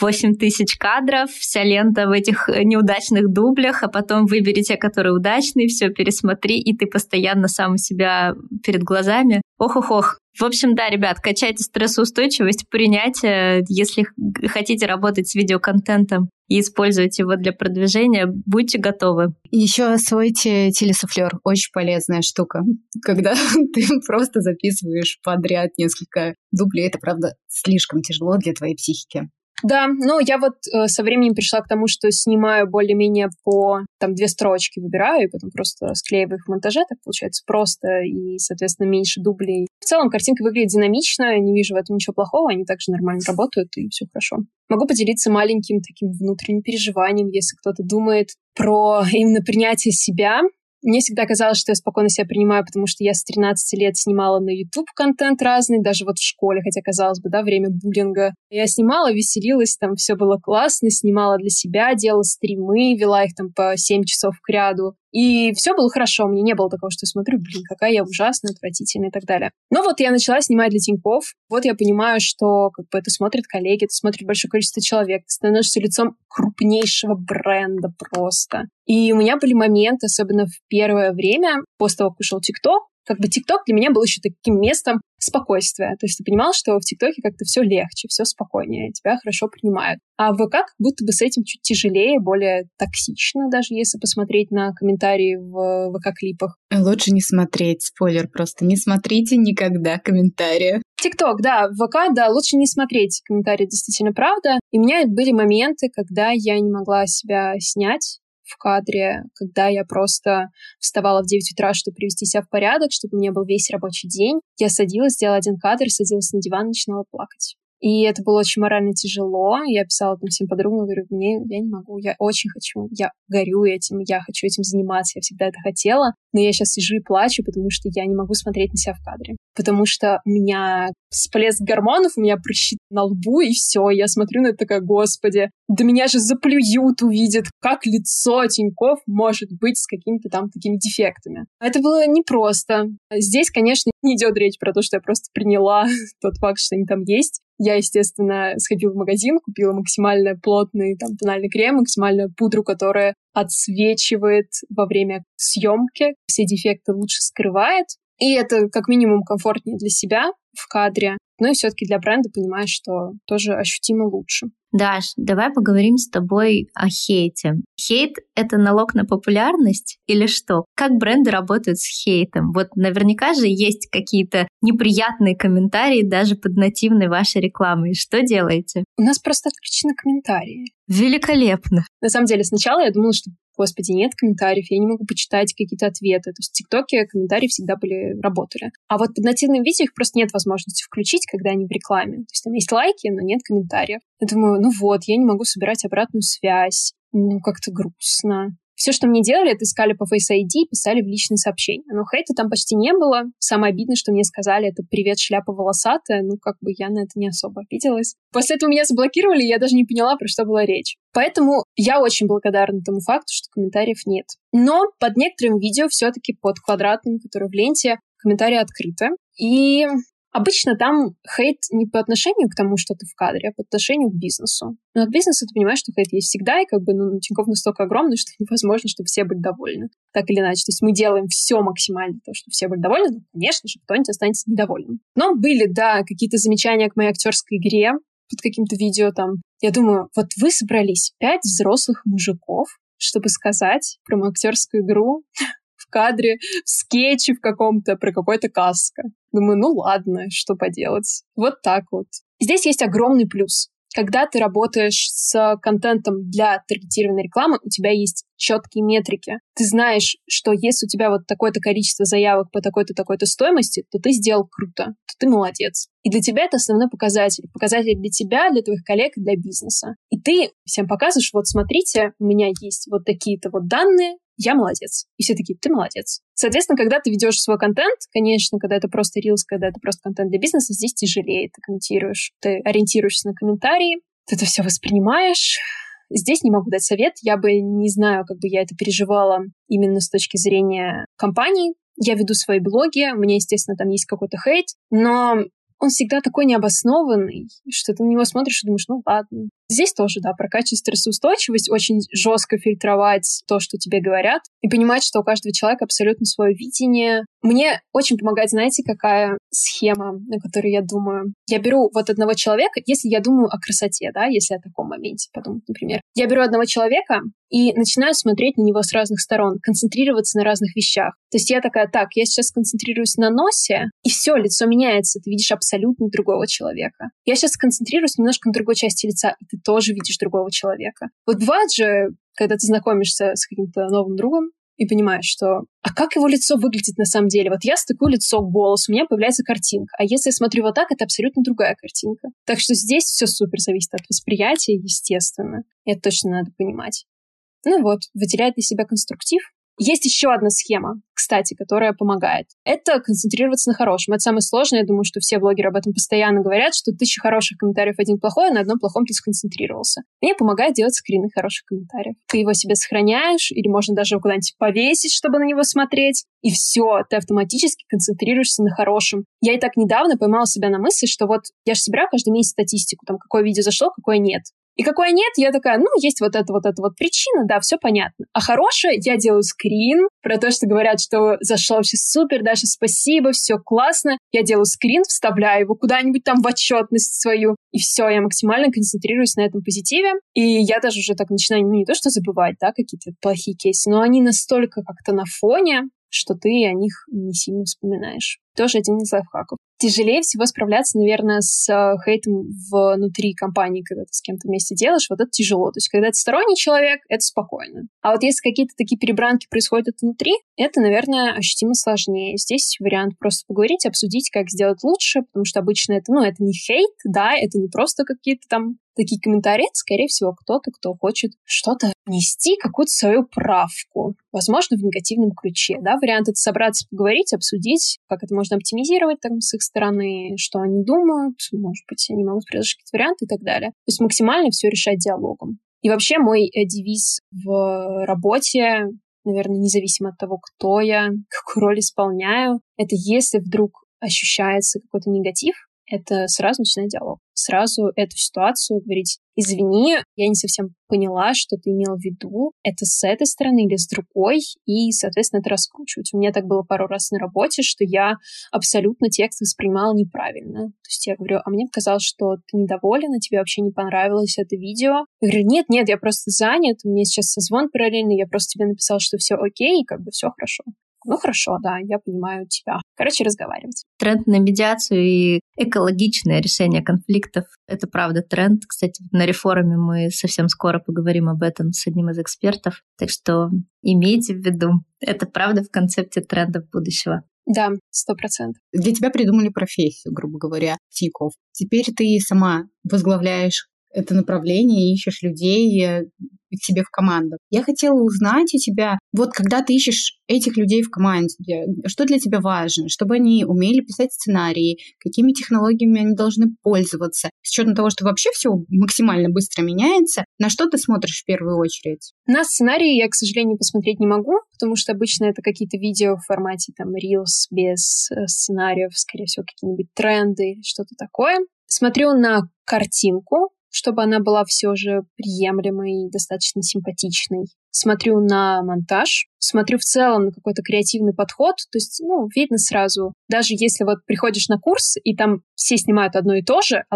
8000 кадров, вся лента в этих неудачных дублях, а потом выбери те, которые удачные, все пересмотри, и ты постоянно сам у себя перед глазами. Ох-ох-ох. В общем, да, ребят, качайте стрессоустойчивость, принятие. Если хотите работать с видеоконтентом и использовать его для продвижения, будьте готовы. Еще освойте телесуфлер. Очень полезная штука. Когда ты просто записываешь подряд несколько дублей, это, правда, слишком тяжело для твоей психики. Да, я со временем пришла к тому, что снимаю более-менее по 2 строчки выбираю, и потом просто склеиваю их в монтаже, так получается просто, и, соответственно, меньше дублей. В целом картинка выглядит динамично, не вижу в этом ничего плохого, они также нормально работают, и все хорошо. Могу поделиться маленьким таким внутренним переживанием, если кто-то думает про именно принятие себя. Мне всегда казалось, что я спокойно себя принимаю, потому что я с 13 лет снимала на YouTube контент разный, даже в школе, хотя, казалось бы, время буллинга. Я снимала, веселилась, все было классно, снимала для себя, делала стримы, вела их по 7 часов кряду. И все было хорошо, мне не было такого, что я смотрю, какая я ужасная, отвратительная и так далее. Но я начала снимать для Тинькофф, я понимаю, что это смотрят коллеги, это смотрит большое количество человек, ты становишься лицом крупнейшего бренда просто. И у меня были моменты, особенно в первое время, после того, как ушел ТикТок, ТикТок для меня был еще таким местом спокойствия. То есть ты понимал, что в ТикТоке как-то все легче, все спокойнее, тебя хорошо принимают. А в ВК как будто бы с этим чуть тяжелее, более токсично, даже если посмотреть на комментарии в ВК-клипах. Лучше не смотреть, спойлер просто. Не смотрите никогда комментарии. ТикТок, да, в ВК, да, лучше не смотреть комментарии, действительно правда. И у меня были моменты, когда я не могла себя снять в кадре, когда я просто вставала в 9 утра, чтобы привести себя в порядок, чтобы у меня был весь рабочий день. Я садилась, делала один кадр, садилась на диван, начинала плакать. И это было очень морально тяжело. Я писала всем подругам, говорю, я не могу, я очень хочу, я горю этим, я хочу этим заниматься, я всегда это хотела, но я сейчас сижу и плачу, потому что я не могу смотреть на себя в кадре. Потому что у меня всплеск гормонов, у меня прыщи на лбу, и все. Я смотрю на это такая, господи, да меня же заплюют, увидят, как лицо Тинькофф может быть с какими-то такими дефектами. Это было непросто. Здесь, конечно, не идет речь про то, что я просто приняла тот факт, что они там есть. Я, естественно, сходила в магазин, купила максимально плотный там тональный крем, максимально пудру, которая отсвечивает во время съемки, все дефекты лучше скрывает. И это как минимум комфортнее для себя в кадре. Ну и все-таки для бренда понимаешь, что тоже ощутимо лучше. Даш, давай поговорим с тобой о хейте. Хейт — это налог на популярность или что? Как бренды работают с хейтом? Вот наверняка же есть какие-то неприятные комментарии даже под нативной вашей рекламой. Что делаете? У нас просто отключены комментарии. Великолепно. На самом деле, сначала я думала, что господи, нет комментариев, я не могу почитать какие-то ответы. То есть в ТикТоке комментарии всегда работали. А вот под нативным видео их просто нет возможности включить, когда они в рекламе. То есть там есть лайки, но нет комментариев. Я думаю, ну вот, я не могу собирать обратную связь. Ну, как-то грустно. Все, что мне делали, это искали по Face ID и писали в личные сообщения. Но хейта там почти не было. Самое обидное, что мне сказали, это «Привет, шляпа волосатая». Ну, как бы я на это не особо обиделась. После этого меня заблокировали, и я даже не поняла, про что была речь. Поэтому я очень благодарна тому факту, что комментариев нет. Но под некоторым видео все-таки под квадратным, который в ленте, комментарии открыты. И обычно там хейт не по отношению к тому, что ты в кадре, а по отношению к бизнесу. Но от бизнеса ты понимаешь, что хейт есть всегда, и как бы Тинькофф настолько огромный, что невозможно, чтобы все были довольны. Так или иначе. То есть мы делаем все максимально, то, чтобы все были довольны, но, конечно же, кто-нибудь останется недовольным. Но были, да, какие-то замечания к моей актерской игре под каким-то видео там. Я думаю, вот вы собрались 5 взрослых мужиков, чтобы сказать про мою актерскую игру в кадре, в скетче в каком-то про какой-то каско. Думаю, ну ладно, что поделать. Вот так вот. Здесь есть огромный плюс. Когда ты работаешь с контентом для таргетированной рекламы, у тебя есть четкие метрики. Ты знаешь, что если у тебя вот такое-то количество заявок по такой-то, такой-то стоимости, то ты сделал круто, то ты молодец. И для тебя это основной показатель. Показатель для тебя, для твоих коллег, для бизнеса. И ты всем показываешь, вот смотрите, у меня есть вот такие-то вот данные, я молодец. И все такие, ты молодец. Соответственно, когда ты ведешь свой контент, конечно, когда это просто рилс, когда это просто контент для бизнеса, здесь тяжелее. Ты комментируешь, ты ориентируешься на комментарии, ты это все воспринимаешь. Здесь не могу дать совет. Я бы не знаю, как бы я это переживала именно с точки зрения компании. Я веду свои блоги, у меня, естественно, там есть какой-то хейт, но он всегда такой необоснованный, что ты на него смотришь и думаешь, ну ладно. Здесь тоже, да, прокачивать стрессоустойчивость, очень жестко фильтровать то, что тебе говорят, и понимать, что у каждого человека абсолютно свое видение. Мне очень помогает, знаете, какая схема, на которой я думаю. Я беру вот одного человека, если я думаю о красоте, да, если о таком моменте подумать, например. Я беру одного человека и начинаю смотреть на него с разных сторон, концентрироваться на разных вещах. То есть я такая, так, я сейчас концентрируюсь на носе, и все, лицо меняется, ты видишь абсолютно другого человека. Я сейчас концентрируюсь немножко на другой части лица, и ты тоже видишь другого человека. Вот бывает же, когда ты знакомишься с каким-то новым другом, и понимаешь, что а как его лицо выглядит на самом деле? Вот я стыкую лицо к голосу, у меня появляется картинка. А если я смотрю вот так, это абсолютно другая картинка. Так что здесь все супер зависит от восприятия, естественно. И это точно надо понимать. Ну вот, выделять для себя конструктив. Есть еще одна схема, кстати, которая помогает. Это концентрироваться на хорошем. Это самое сложное. Я думаю, что все блогеры об этом постоянно говорят, что 1000 хороших комментариев, один плохой, а на одном плохом ты сконцентрировался. Мне помогает делать скрины хороших комментариев. Ты его себе сохраняешь, или можно даже его куда-нибудь повесить, чтобы на него смотреть. И все, ты автоматически концентрируешься на хорошем. Я и так недавно поймала себя на мысли, что вот я же собираю каждый месяц статистику, там, какое видео зашло, какое нет. И какое нет, я такая, ну, есть вот эта вот причина, да, все понятно. А хорошее, я делаю скрин про то, что говорят, что зашло вообще супер, Даша, спасибо, все классно. Я делаю скрин, вставляю его куда-нибудь там в отчетность свою. И все, я максимально концентрируюсь на этом позитиве. И я даже уже так начинаю, ну, не то, что забывать, да, какие-то плохие кейсы, но они настолько как-то на фоне, что ты о них не сильно вспоминаешь. Тоже один из лайфхаков. Тяжелее всего справляться, наверное, с хейтом внутри компании, когда ты с кем-то вместе делаешь. Вот это тяжело. То есть, когда это сторонний человек, это спокойно. А вот если какие-то такие перебранки происходят внутри, это, наверное, ощутимо сложнее. Здесь вариант просто поговорить, обсудить, как сделать лучше, потому что обычно это, ну, это не хейт, да, это не просто какие-то там такие комментарии, это, скорее всего, кто-то, кто хочет что-то внести, какую-то свою правку, возможно, в негативном ключе, да, вариант это собраться, поговорить, обсудить, как это можно оптимизировать там с их стороны, что они думают, может быть, они могут предложить какие-то варианты и так далее. То есть максимально все решать диалогом. И вообще мой девиз в работе, наверное, независимо от того, кто я, какую роль исполняю, это если вдруг ощущается какой-то негатив, это сразу начинать диалог. Сразу эту ситуацию говорить: извини, я не совсем поняла, что ты имел в виду. Это с этой стороны или с другой? И, соответственно, это раскручивать. У меня так было пару раз на работе, что я абсолютно текст воспринимала неправильно. То есть я говорю: а мне показалось, что ты недоволен, тебе вообще не понравилось это видео. Я говорю: нет, я просто занят, у меня сейчас созвон параллельно, я просто тебе написал, что все окей, и как бы все хорошо. Ну, хорошо, да, я понимаю тебя. Короче, разговаривать. Тренд на медиацию и экологичное решение конфликтов — это правда тренд. Кстати, на рефоруме мы совсем скоро поговорим об этом с одним из экспертов. Так что имейте в виду, это правда в концепте трендов будущего. Да, 100%. Для тебя придумали профессию, грубо говоря, Тинькофф. Теперь ты сама возглавляешь это направление, ищешь людей к себе в команду. Я хотела узнать у тебя, вот когда ты ищешь этих людей в команде, что для тебя важно, чтобы они умели писать сценарии, какими технологиями они должны пользоваться, с учетом того, что вообще все максимально быстро меняется, на что ты смотришь в первую очередь? На сценарии я, к сожалению, посмотреть не могу, потому что обычно это какие-то видео в формате там Reels без сценариев, скорее всего, какие-нибудь тренды, что-то такое. Смотрю на картинку, чтобы она была все же приемлемой, достаточно симпатичной. Смотрю на монтаж, смотрю в целом на какой-то креативный подход, то есть, видно сразу, даже если вот приходишь на курс, и там все снимают одно и то же,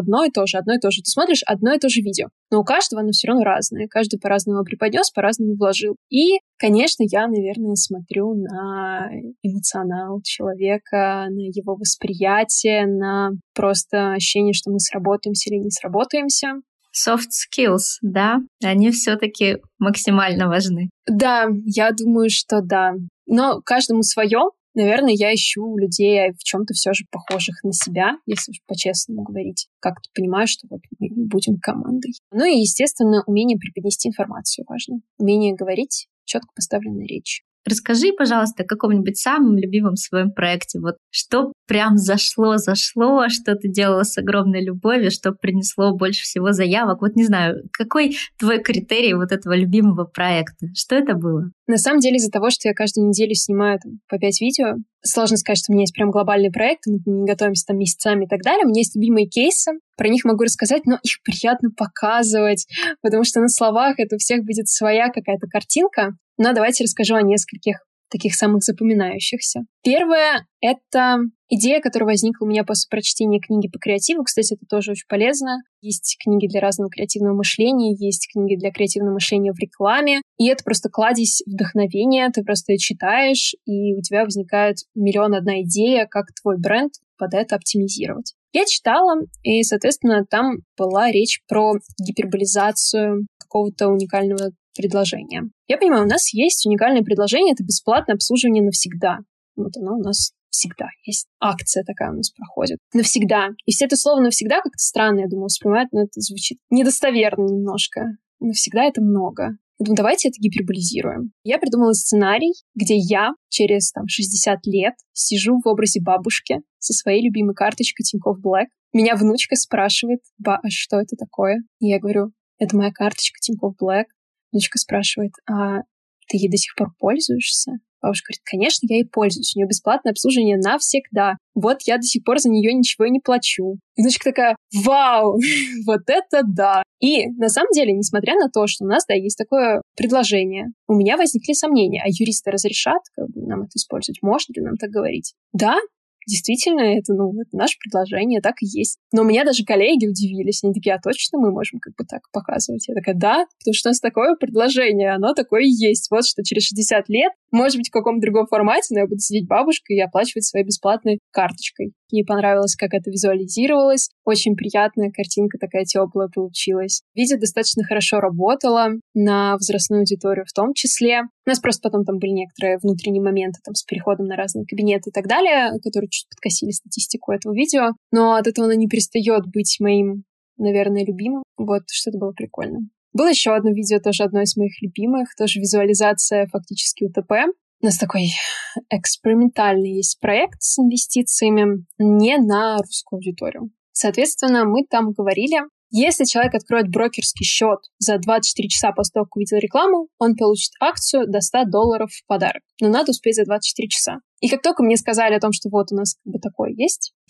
ты смотришь одно и то же видео, но у каждого оно все равно разное, каждый по-разному его преподнес, по-разному вложил. И, конечно, я, наверное, смотрю на эмоционал человека, на его восприятие, на просто ощущение, что мы сработаемся или не сработаемся. Soft skills, да, они все-таки максимально важны. Да, я думаю, что да. Но каждому свое. Наверное, я ищу людей в чем-то все же похожих на себя, если уж по-честному говорить. Как-то понимаю, что вот мы будем командой. Ну и, естественно, умение преподнести информацию важно. Умение говорить, четко поставленная речь. Расскажи, пожалуйста, о каком-нибудь самом любимом своем проекте. Вот что прям зашло, что ты делала с огромной любовью, что принесло больше всего заявок. Вот не знаю, какой твой критерий вот этого любимого проекта? Что это было? На самом деле, из-за того, что я каждую неделю снимаю по 5 видео, сложно сказать, что у меня есть прям глобальный проект, мы не готовимся там месяцами и так далее. У меня есть любимые кейсы, про них могу рассказать, но их приятно показывать, потому что на словах это у всех будет своя какая-то картинка. Но давайте расскажу о нескольких таких самых запоминающихся. Первое — это идея, которая возникла у меня после прочтения книги по креативу. Кстати, это тоже очень полезно. Есть книги для разного креативного мышления, есть книги для креативного мышления в рекламе. И это просто кладезь вдохновения. Ты просто читаешь, и у тебя возникает 1,000,001 идея, как твой бренд под это оптимизировать. Я читала, и, соответственно, там была речь про гиперболизацию какого-то уникального предложения. Я понимаю, у нас есть уникальное предложение, это бесплатное обслуживание навсегда. Вот оно у нас всегда есть. Акция такая у нас проходит. Навсегда. И все это слово «навсегда» как-то странно, я думаю, воспринимают, но это звучит недостоверно немножко. Навсегда это много. Я думаю, давайте это гиперболизируем. Я придумала сценарий, где я через 60 лет сижу в образе бабушки со своей любимой карточкой Тинькофф Black. Меня внучка спрашивает: «Ба, а что это такое?» И я говорю: это моя карточка Тинькофф Black. Внучка спрашивает: а ты ей до сих пор пользуешься? Бабушка говорит: конечно, я ей пользуюсь. У нее бесплатное обслуживание навсегда. Вот я до сих пор за нее ничего и не плачу. И внучка такая: вау, вот это да! И на самом деле, несмотря на то, что у нас, есть такое предложение, у меня возникли сомнения, а юристы разрешат нам это использовать? Можно ли нам так говорить? Да, действительно, это наше предложение, так и есть. Но у меня даже коллеги удивились. Они такие: а точно мы можем так показывать? Я такая: да, потому что у нас такое предложение, оно такое и есть. Вот что через 60 лет, может быть, в каком-то другом формате, но я буду сидеть бабушкой и оплачивать своей бесплатной карточкой. Мне понравилось, как это визуализировалось. Очень приятная картинка такая теплая получилась. Видео достаточно хорошо работало на возрастную аудиторию в том числе. У нас просто потом там были некоторые внутренние моменты с переходом на разные кабинеты и так далее, которые чуть подкосили статистику этого видео. Но от этого оно не перестает быть моим, наверное, любимым. Вот, что-то было прикольно. Было еще одно видео, тоже одно из моих любимых, тоже визуализация фактически УТП. У нас такой экспериментальный есть проект с инвестициями не на русскую аудиторию. Соответственно, мы там говорили, если человек откроет брокерский счет за 24 часа после того, как увидел рекламу, он получит акцию до $100 в подарок. Но надо успеть за 24 часа. И как только мне сказали о том, что вот у нас такое есть,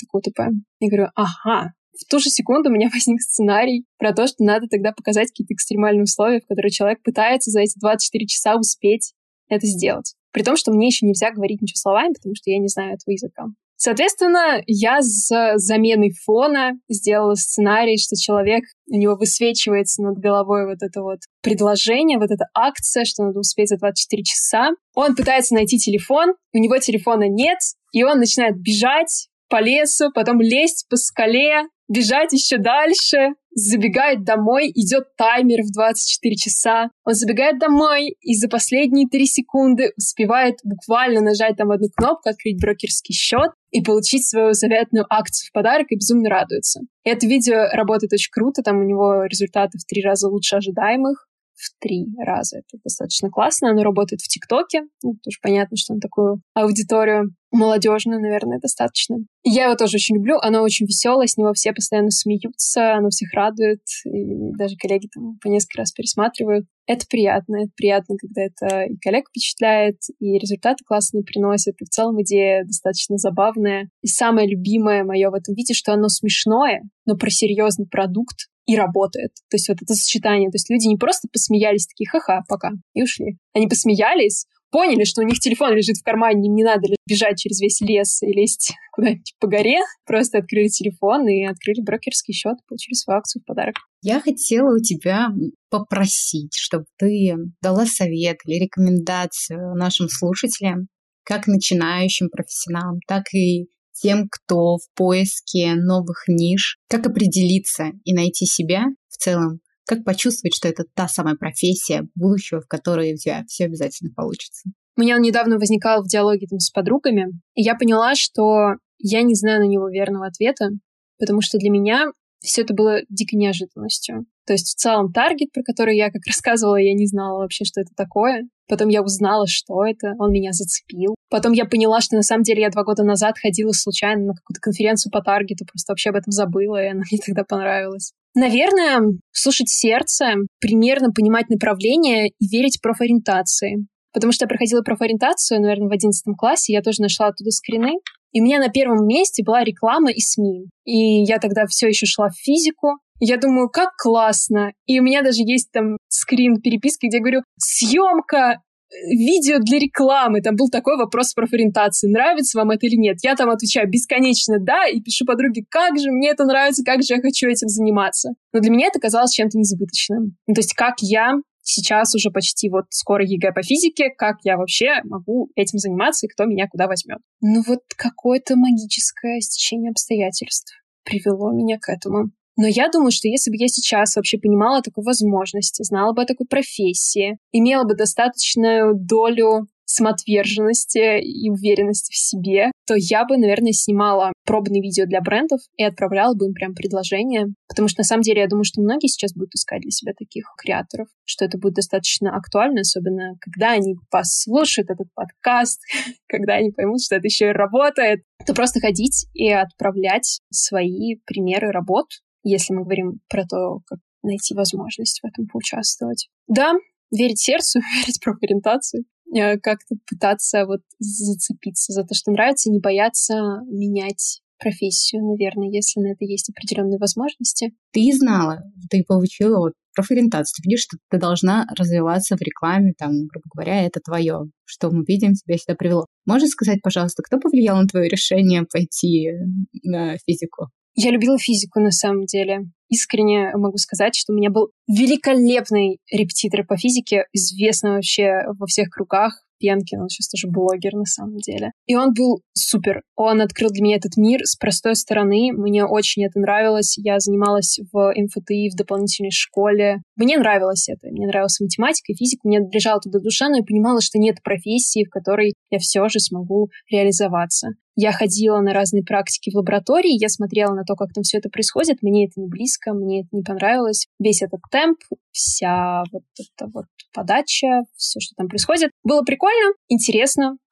такое тупая. Я говорю, ага. В ту же секунду у меня возник сценарий про то, что надо тогда показать какие-то экстремальные условия, в которые человек пытается за эти 24 часа успеть это сделать. При том, что мне еще нельзя говорить ничего словами, потому что я не знаю этого языка. Соответственно, я с заменой фона сделала сценарий, что человек, у него высвечивается над головой вот это вот предложение, вот эта акция, что надо успеть за 24 часа. Он пытается найти телефон, у него телефона нет, и он начинает бежать по лесу, потом лезть по скале, бежать еще дальше, забегает домой, идет таймер в 24 часа. Он забегает домой и за последние 3 секунды успевает буквально нажать там одну кнопку, открыть брокерский счет и получить свою заветную акцию в подарок, и безумно радуется. И это видео работает очень круто, там у него результаты в 3 раза лучше ожидаемых. В 3 раза. Это достаточно классно. Оно работает в ТикТоке. Тоже понятно, что он такую аудиторию молодежную, наверное, достаточно. И я его тоже очень люблю. Оно очень веселое, с него все постоянно смеются, оно всех радует. И даже коллеги там по несколько раз пересматривают. Это приятно, когда это и коллег впечатляет, и результаты классные приносит, и в целом идея достаточно забавная. И самое любимое мое в этом видео, что оно смешное, но про серьезный продукт и работает. То есть вот это сочетание. То есть люди не просто посмеялись, такие ха-ха, пока, и ушли. Они посмеялись, поняли, что у них телефон лежит в кармане, им не надо бежать через весь лес и лезть куда-нибудь по горе. Просто открыли телефон и открыли брокерский счет, получили свою акцию в подарок. Я хотела у тебя попросить, чтобы ты дала совет или рекомендацию нашим слушателям, как начинающим профессионалам, так и тем, кто в поиске новых ниш, как определиться и найти себя в целом, как почувствовать, что это та самая профессия будущего, в которой у тебя все обязательно получится. У меня он недавно возникал в диалоге там с подругами, и я поняла, что я не знаю на него верного ответа, потому что для меня все это было дикой неожиданностью. То есть в целом таргет, про который я, как рассказывала, я не знала вообще, что это такое. Потом я узнала, что это, он меня зацепил. Потом я поняла, что на самом деле я 2 года назад ходила случайно на какую-то конференцию по таргету, просто вообще об этом забыла, и она мне тогда понравилась. Наверное, слушать сердце, примерно понимать направление и верить профориентации. Потому что я проходила профориентацию, наверное, в 11 классе, я тоже нашла оттуда скрины. И у меня на первом месте была реклама и СМИ. И я тогда все еще шла в физику. И я думаю, как классно. И у меня даже есть там скрин переписки, где я говорю, съемка видео для рекламы. Там был такой вопрос профориентации. Нравится вам это или нет? Я там отвечаю бесконечно да, и пишу подруге, как же мне это нравится, как же я хочу этим заниматься. Но для меня это казалось чем-то несбыточным. То есть как я сейчас уже почти вот скоро ЕГЭ по физике, как я вообще могу этим заниматься и кто меня куда возьмет. Ну вот какое-то магическое стечение обстоятельств привело меня к этому. Но я думаю, что если бы я сейчас вообще понимала такую возможность, знала бы о такой профессии, имела бы достаточную долю самоотверженности и уверенности в себе, то я бы, наверное, снимала пробные видео для брендов и отправляла бы им прям предложения. Потому что, на самом деле, я думаю, что многие сейчас будут искать для себя таких креаторов, что это будет достаточно актуально, особенно когда они послушают этот подкаст, когда они поймут, что это еще и работает, то просто ходить и отправлять свои примеры работ, если мы говорим про то, как найти возможность в этом поучаствовать. Да, верить сердцу, верить профориентации, как-то пытаться вот зацепиться за то, что нравится, и не бояться менять профессию, наверное, если на это есть определенные возможности. Ты знала, ты получила вот профориентацию, ты видишь, что ты должна развиваться в рекламе, там, грубо говоря, это твое, что мы видим, тебя сюда привело. Можешь сказать, пожалуйста, кто повлиял на твое решение пойти на физику? Я любила физику, на самом деле. Искренне могу сказать, что у меня был великолепный репетитор по физике, известный вообще во всех кругах. Пенкин, он сейчас тоже блогер на самом деле. И он был супер. Он открыл для меня этот мир с простой стороны. Мне очень это нравилось. Я занималась в МФТИ, в дополнительной школе. Мне нравилось это. Мне нравилась математика и физика. Мне лежала туда душа, но я понимала, что нет профессии, в которой я все же смогу реализоваться. Я ходила на разные практики в лаборатории, я смотрела на то, как там все это происходит. Мне это не близко, мне это не понравилось. Весь этот темп, вся вот эта вот подача, все, что там происходит. Было прикольно, интересно,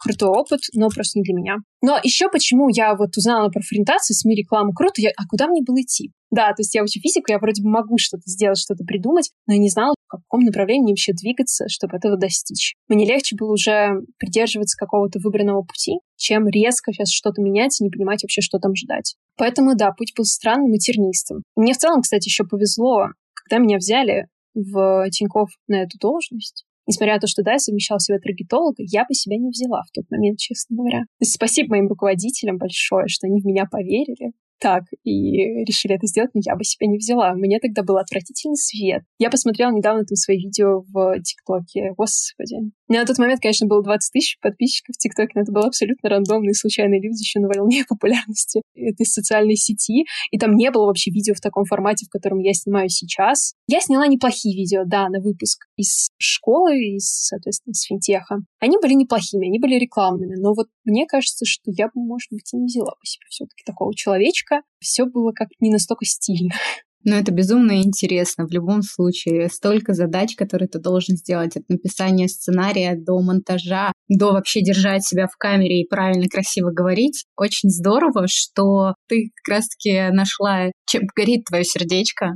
крутой опыт, но просто не для меня. Но еще почему я вот узнала про фрагментацию, СМИ, рекламу, круто, а куда мне было идти? Да, то есть я учу физику, я вроде бы могу что-то сделать, что-то придумать, но я не знала, в каком направлении мне вообще двигаться, чтобы этого достичь. Мне легче было уже придерживаться какого-то выбранного пути, чем резко сейчас что-то менять и не понимать вообще, что там ждать. Поэтому, да, путь был странным и тернистым. Мне в целом, кстати, еще повезло, когда меня взяли в Тинькофф на эту должность. Несмотря на то, что, да, я совмещала себя таргетолога, я бы себя не взяла в тот момент, честно говоря. То есть спасибо моим руководителям большое, что они в меня поверили. Так, и решили это сделать, но я бы себя не взяла. Мне тогда был отвратительный свет. Я посмотрела недавно там свои видео в ТикТоке. Господи. У меня на тот момент, конечно, было 20 тысяч подписчиков в ТикТоке, но это было абсолютно рандомные случайные люди еще на волне популярности этой социальной сети. И там не было вообще видео в таком формате, в котором я снимаю сейчас. Я сняла неплохие видео, да, на выпуск из школы, соответственно, с финтеха. Они были неплохими, они были рекламными. Но вот мне кажется, что я бы, может быть, и не взяла по себе все-таки такого человечка. Все было как не настолько стильно. Но это безумно интересно. В любом случае, столько задач, которые ты должен сделать. От написания сценария до монтажа, до вообще держать себя в камере и правильно, красиво говорить. Очень здорово, что ты как раз-таки нашла, чем горит твое сердечко.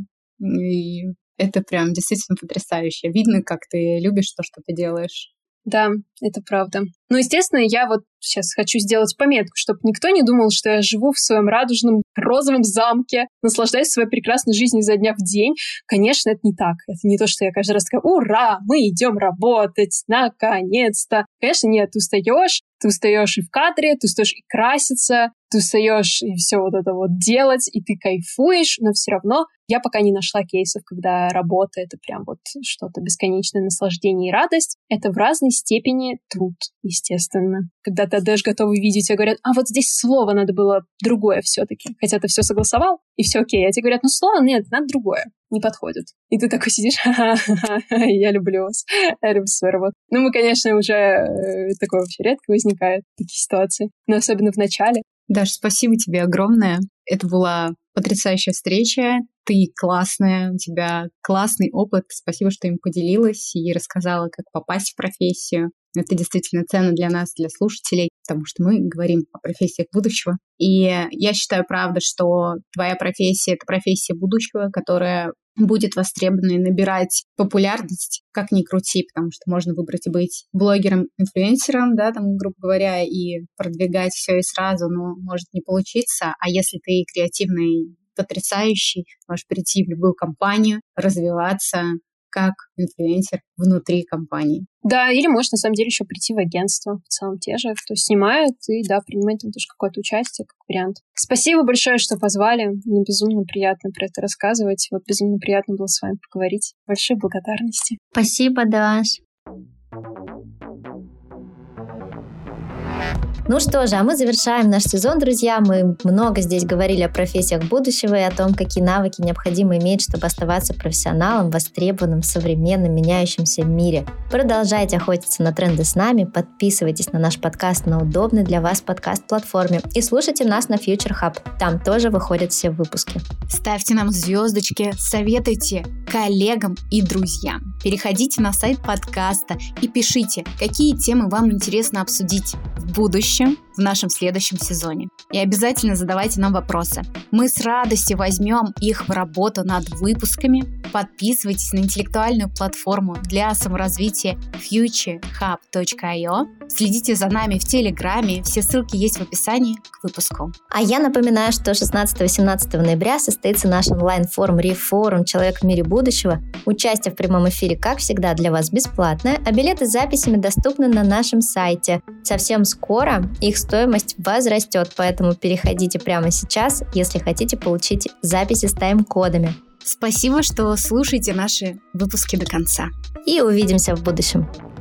И это прям действительно потрясающе. Видно, как ты любишь то, что ты делаешь. Да, это правда. Ну, естественно, я вот сейчас хочу сделать пометку, чтобы никто не думал, что я живу в своем радужном розовом замке, наслаждаюсь своей прекрасной жизнью изо дня в день. Конечно, это не так. Это не то, что я каждый раз такая: ура, мы идем работать, наконец-то. Конечно, нет, ты устаешь и в кадре, ты устаешь и краситься, ты устаешь и все вот это вот делать, и ты кайфуешь, но все равно я пока не нашла кейсов, когда работа — это прям вот что-то бесконечное наслаждение и радость. Это в разной степени труд, естественно. Когда ты отдаешь готовый видео, тебе говорят: а вот здесь слово надо было другое все-таки. Хотя ты все согласовал, и все окей. А тебе говорят: ну слово нет, надо другое. Не подходит. И ты такой сидишь: я люблю вас, я люблю свою работу. Ну, мы, конечно, уже такое вообще редко возникает, такие ситуации. Но особенно в начале. Даш, спасибо тебе огромное. Это была потрясающая встреча. Ты классная, у тебя классный опыт. Спасибо, что им поделилась и рассказала, как попасть в профессию. Это действительно ценно для нас, для слушателей, потому что мы говорим о профессиях будущего. И я считаю, правда, что твоя профессия — это профессия будущего, которая будет востребована и набирать популярность, как ни крути, потому что можно выбрать и быть блогером-инфлюенсером, да, там, грубо говоря, и продвигать все и сразу, но может не получиться. А если ты креативный, потрясающий, можешь прийти в любую компанию, развиваться как инфлюенсер внутри компании. Да, или можешь, на самом деле, еще прийти в агентство, в целом те же, кто снимает, и, да, принимает там тоже какое-то участие, как вариант. Спасибо большое, что позвали. Мне безумно приятно про это рассказывать. Вот безумно приятно было с вами поговорить. Большие благодарности. Спасибо, Даш. Ну что же, а мы завершаем наш сезон, друзья. Мы много здесь говорили о профессиях будущего и о том, какие навыки необходимо иметь, чтобы оставаться профессионалом, востребованным в современном меняющемся мире. Продолжайте охотиться на тренды с нами, подписывайтесь на наш подкаст на удобной для вас подкаст-платформе и слушайте нас на Future Hub. Там тоже выходят все выпуски. Ставьте нам звездочки, советуйте коллегам и друзьям. Переходите на сайт подкаста и пишите, какие темы вам интересно обсудить в будущем, в нашем следующем сезоне. И обязательно задавайте нам вопросы. Мы с радостью возьмем их в работу над выпусками. Подписывайтесь на интеллектуальную платформу для саморазвития futurehub.io. Следите за нами в Телеграме. Все ссылки есть в описании к выпуску. А я напоминаю, что 16-17 ноября состоится наш онлайн-форум «Рефорум. Человек в мире будущего». Участие в прямом эфире, как всегда, для вас бесплатное, а билеты с записями доступны на нашем сайте. Совсем скоро их стоимость возрастет, поэтому переходите прямо сейчас, если хотите получить записи с тайм-кодами. Спасибо, что слушаете наши выпуски до конца. И увидимся в будущем.